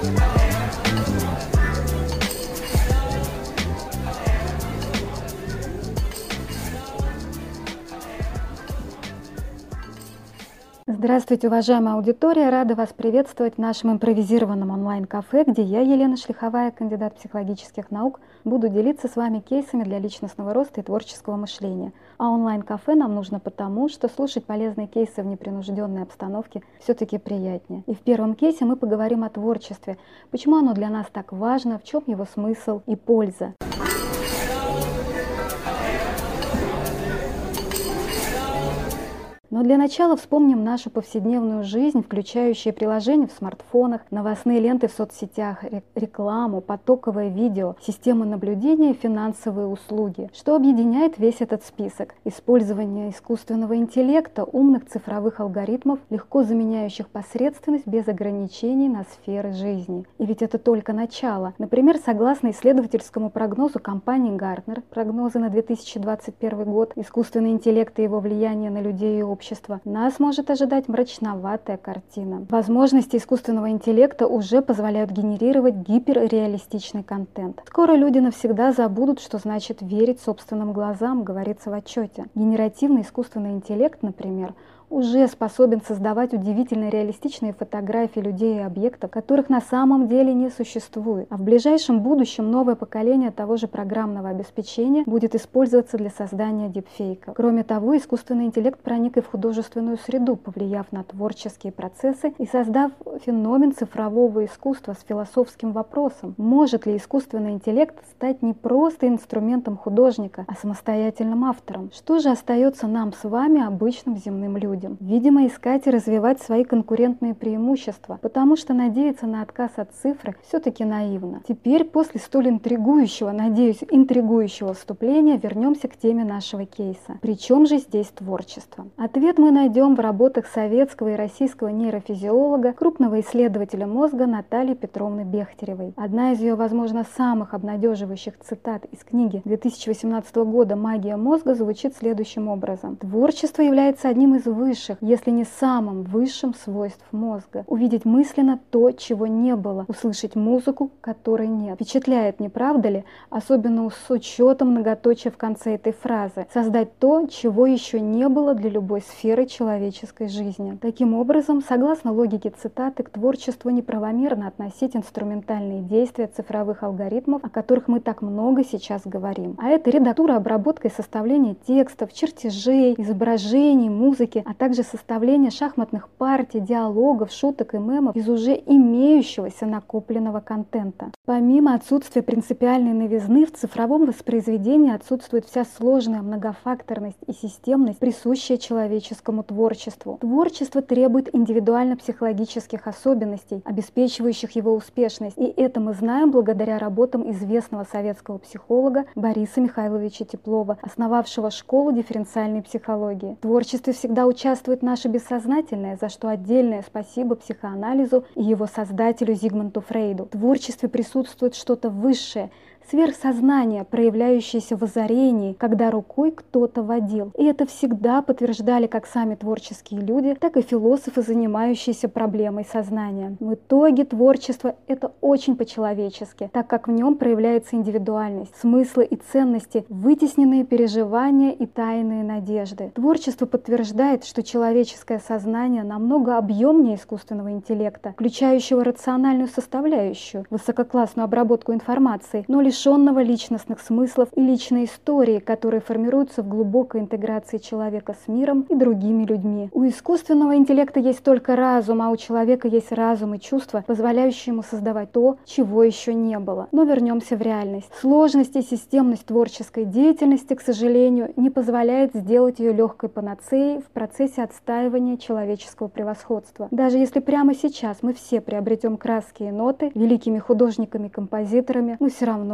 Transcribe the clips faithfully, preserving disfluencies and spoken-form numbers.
Здравствуйте, уважаемая аудитория! Рада вас приветствовать в нашем импровизированном онлайн-кафе, где я, Елена Шлиховая, кандидат психологических наук, буду делиться с вами кейсами для личностного роста и творческого мышления. А онлайн-кафе нам нужно потому, что слушать полезные кейсы в непринужденной обстановке все-таки приятнее. И в первом кейсе мы поговорим о творчестве, почему оно для нас так важно, в чем его смысл и польза. Но для начала вспомним нашу повседневную жизнь, включающую приложения в смартфонах, новостные ленты в соцсетях, рекламу, потоковое видео, системы наблюдения и финансовые услуги. Что объединяет весь этот список? Использование искусственного интеллекта, умных цифровых алгоритмов, легко заменяющих посредственность без ограничений на сферы жизни. И ведь это только начало. Например, согласно исследовательскому прогнозу компании Gartner, прогнозы на две тысячи двадцать первый год, искусственный интеллект и его влияние на людей и общество, нас может ожидать мрачноватая картина. Возможности искусственного интеллекта уже позволяют генерировать гиперреалистичный контент. Скоро люди навсегда забудут, что значит верить собственным глазам, говорится в отчете. Генеративный искусственный интеллект, например, уже способен создавать удивительно реалистичные фотографии людей и объектов, которых на самом деле не существует. А в ближайшем будущем новое поколение того же программного обеспечения будет использоваться для создания дипфейков. Кроме того, искусственный интеллект проник и в художественную среду, повлияв на творческие процессы и создав феномен цифрового искусства с философским вопросом: может ли искусственный интеллект стать не просто инструментом художника, а самостоятельным автором? Что же остается нам с вами, обычным земным людям? Видимо, искать и развивать свои конкурентные преимущества, потому что надеяться на отказ от цифры все-таки наивно. Теперь, после столь интригующего, надеюсь, интригующего вступления, вернемся к теме нашего кейса. Причем же здесь творчество? Ответ мы найдем в работах советского и российского нейрофизиолога, крупного исследователя мозга Натальи Петровны Бехтеревой. Одна из ее, возможно, самых обнадеживающих цитат из книги две тысячи восемнадцатого года «Магия мозга» звучит следующим образом: «Творчество является одним из высших, если не самым высшим свойств мозга. Увидеть мысленно то, чего не было, услышать музыку, которой нет». Впечатляет, не правда ли? Особенно с учетом многоточия в конце этой фразы. Создать то, чего еще не было для любой сферы человеческой жизни. Таким образом, согласно логике цитаты, к творчеству неправомерно относить инструментальные действия цифровых алгоритмов, о которых мы так много сейчас говорим. А это редактура, обработка и составление текстов, чертежей, изображений, музыки, а также составление шахматных партий, диалогов, шуток и мемов из уже имеющегося накопленного контента. Помимо отсутствия принципиальной новизны, в цифровом воспроизведении отсутствует вся сложная многофакторность и системность, присущая человеческому творчеству. Творчество требует индивидуально-психологических особенностей, обеспечивающих его успешность, и это мы знаем благодаря работам известного советского психолога Бориса Михайловича Теплова, основавшего школу дифференциальной психологии. В творчестве всегда участвует наше бессознательное, за что отдельное спасибо психоанализу и его создателю Зигмунду Фрейду. В творчестве присутствует что-то высшее, сверхсознание, проявляющееся в озарении, когда рукой кто-то водил. И это всегда подтверждали как сами творческие люди, так и философы, занимающиеся проблемой сознания. В итоге творчество — это очень по-человечески, так как в нем проявляется индивидуальность, смыслы и ценности, вытесненные переживания и тайные надежды. Творчество подтверждает, что человеческое сознание намного объемнее искусственного интеллекта, включающего рациональную составляющую, высококлассную обработку информации, но лишь лишенного личностных смыслов и личной истории, которые формируются в глубокой интеграции человека с миром и другими людьми. У искусственного интеллекта есть только разум, а у человека есть разум и чувства, позволяющие ему создавать то, чего еще не было. Но вернемся в реальность. Сложность и системность творческой деятельности, к сожалению, не позволяет сделать ее легкой панацеей в процессе отстаивания человеческого превосходства. Даже если прямо сейчас мы все приобретем краски и ноты великими художниками-композиторами, мы все равно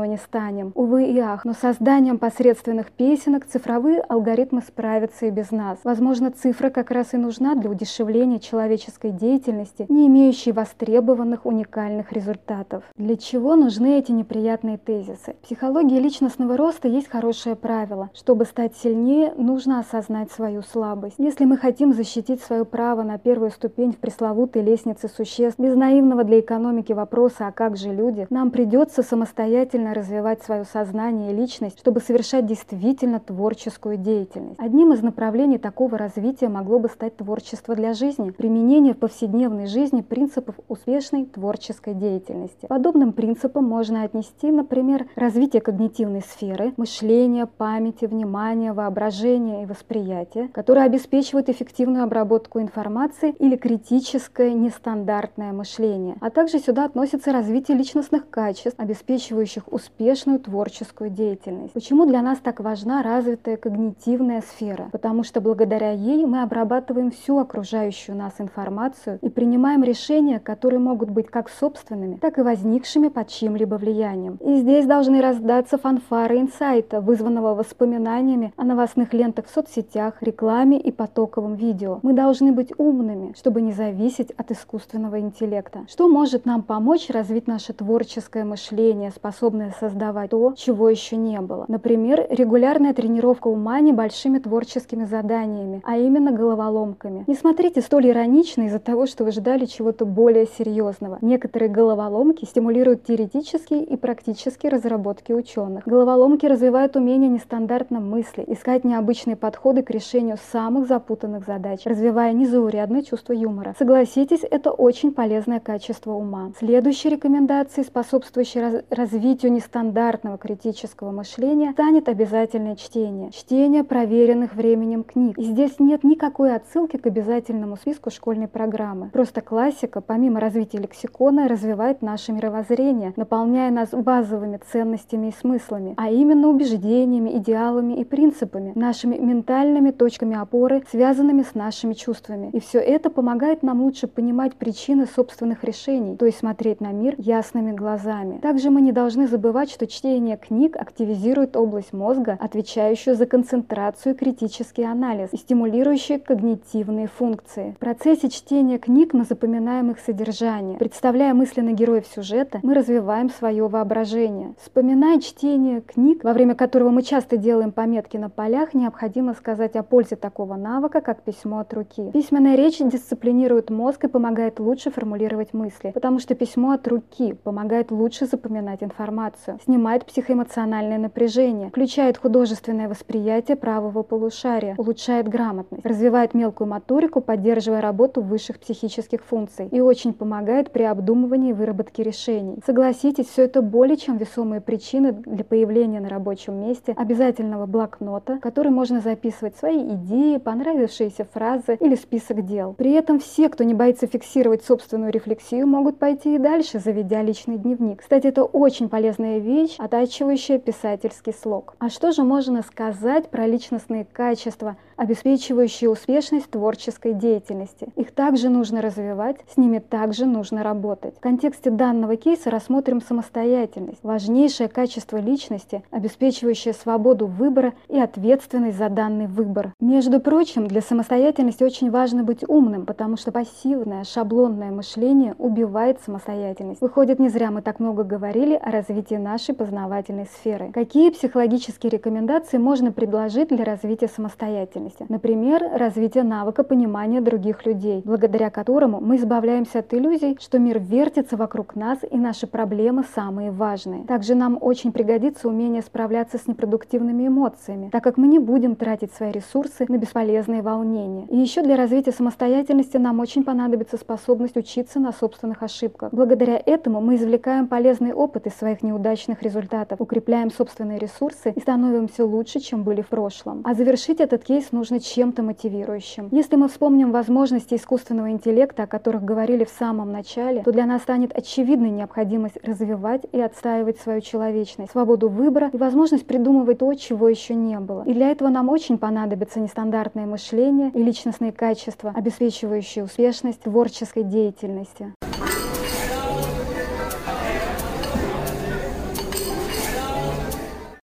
не станем. Увы и ах, но с созданием посредственных песенок цифровые алгоритмы справятся и без нас. Возможно, цифра как раз и нужна для удешевления человеческой деятельности, не имеющей востребованных уникальных результатов. Для чего нужны эти неприятные тезисы? В психологии личностного роста есть хорошее правило. Чтобы стать сильнее, нужно осознать свою слабость. Если мы хотим защитить свое право на первую ступень в пресловутой лестнице существ, без наивного для экономики вопроса «а как же люди?», нам придется самостоятельно развивать свое сознание и личность, чтобы совершать действительно творческую деятельность. Одним из направлений такого развития могло бы стать творчество для жизни, применение в повседневной жизни принципов успешной творческой деятельности. Подобным принципам можно отнести, например, развитие когнитивной сферы, мышления, памяти, внимания, воображения и восприятия, которые обеспечивают эффективную обработку информации, или критическое нестандартное мышление. А также сюда относится развитие личностных качеств, обеспечивающих успешную творческую деятельность. Почему для нас так важна развитая когнитивная сфера? Потому что благодаря ей мы обрабатываем всю окружающую нас информацию и принимаем решения, которые могут быть как собственными, так и возникшими под чьим-либо влиянием. И здесь должны раздаться фанфары инсайта, вызванного воспоминаниями о новостных лентах в соцсетях, рекламе и потоковом видео. Мы должны быть умными, чтобы не зависеть от искусственного интеллекта. Что может нам помочь развить наше творческое мышление, способное создавать то, чего еще не было? Например, регулярная тренировка ума небольшими творческими заданиями, а именно головоломками. Не смотрите столь иронично из-за того, что вы ждали чего-то более серьезного. Некоторые головоломки стимулируют теоретические и практические разработки ученых. Головоломки развивают умение нестандартно мысли, искать необычные подходы к решению самых запутанных задач, развивая незаурядное чувство юмора. Согласитесь, это очень полезное качество ума. Следующей рекомендацией, способствующей раз развитию нестандартного критического мышления, станет обязательное чтение. Чтение проверенных временем книг. И здесь нет никакой отсылки к обязательному списку школьной программы. Просто классика, помимо развития лексикона, развивает наше мировоззрение, наполняя нас базовыми ценностями и смыслами, а именно убеждениями, идеалами и принципами, нашими ментальными точками опоры, связанными с нашими чувствами. И все это помогает нам лучше понимать причины собственных решений, то есть смотреть на мир ясными глазами. Также мы не должны забывать, что чтение книг активизирует область мозга, отвечающую за концентрацию и критический анализ, и стимулирующую когнитивные функции. В процессе чтения книг мы запоминаем их содержание. Представляя мысленно героев сюжета, мы развиваем свое воображение. Вспоминая чтение книг, во время которого мы часто делаем пометки на полях, необходимо сказать о пользе такого навыка, как письмо от руки. Письменная речь дисциплинирует мозг и помогает лучше формулировать мысли, потому что письмо от руки помогает лучше запоминать информацию, снимает психоэмоциональное напряжение, включает художественное восприятие правого полушария, улучшает грамотность, развивает мелкую моторику, поддерживая работу высших психических функций, и очень помогает при обдумывании и выработке решений. Согласитесь, все это более чем весомые причины для появления на рабочем месте обязательного блокнота, в который можно записывать свои идеи, понравившиеся фразы или список дел. При этом все, кто не боится фиксировать собственную рефлексию, могут пойти и дальше, заведя личный дневник. Кстати, это очень полезная вещь, оттачивающая писательский слог. А что же можно сказать про личностные качества, обеспечивающие успешность творческой деятельности? Их также нужно развивать, с ними также нужно работать. В контексте данного кейса рассмотрим самостоятельность, важнейшее качество личности, обеспечивающее свободу выбора и ответственность за данный выбор. Между прочим, для самостоятельности очень важно быть умным, потому что пассивное, шаблонное мышление убивает самостоятельность. Выходит, не зря мы так много говорили о развитии нашей познавательной сферы. Какие психологические рекомендации можно предложить для развития самостоятельности? Например, развитие навыка понимания других людей, благодаря которому мы избавляемся от иллюзий, что мир вертится вокруг нас и наши проблемы самые важные. Также нам очень пригодится умение справляться с непродуктивными эмоциями, так как мы не будем тратить свои ресурсы на бесполезные волнения. И еще для развития самостоятельности нам очень понадобится способность учиться на собственных ошибках. Благодаря этому мы извлекаем полезный опыт из своих неудачных результатов, укрепляем собственные ресурсы и становимся лучше, чем были в прошлом. А завершить этот кейс нужно чем-то мотивирующим. Если мы вспомним возможности искусственного интеллекта, о которых говорили в самом начале, то для нас станет очевидной необходимость развивать и отстаивать свою человечность, свободу выбора и возможность придумывать то, чего еще не было. И для этого нам очень понадобится нестандартное мышление и личностные качества, обеспечивающие успешность творческой деятельности.